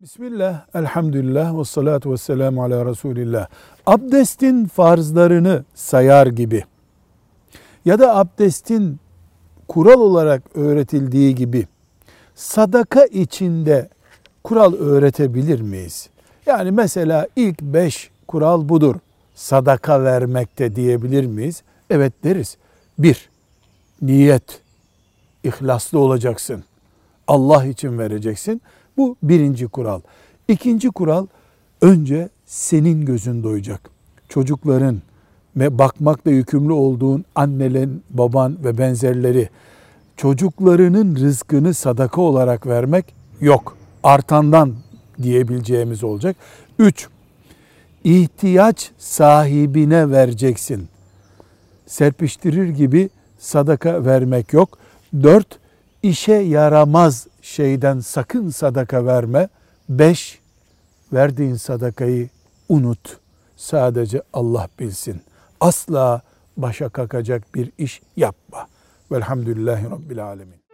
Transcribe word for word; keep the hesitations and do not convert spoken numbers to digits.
Bismillah, elhamdülillah ve salatu ve selamu ala Resulillah. Abdestin farzlarını sayar gibi ya da abdestin kural olarak öğretildiği gibi sadaka içinde kural öğretebilir miyiz? Yani mesela ilk beş kural budur. Sadaka vermekte diyebilir miyiz? Evet deriz. Bir, niyet. İhlaslı olacaksın. Allah için vereceksin. Bu birinci kural. İkinci kural, önce senin gözün doyacak. Çocukların ve bakmakla yükümlü olduğun annelerin, baban ve benzerleri, çocuklarının rızkını sadaka olarak vermek yok. Artandan diyebileceğimiz olacak. Üç, ihtiyaç sahibine vereceksin. Serpiştirir gibi sadaka vermek yok. Dört, işe yaramaz şeyden sakın sadaka verme. Beş, verdiğin sadakayı unut. Sadece Allah bilsin. Asla başa kakacak bir iş yapma. Velhamdülillahi Rabbil Alemin.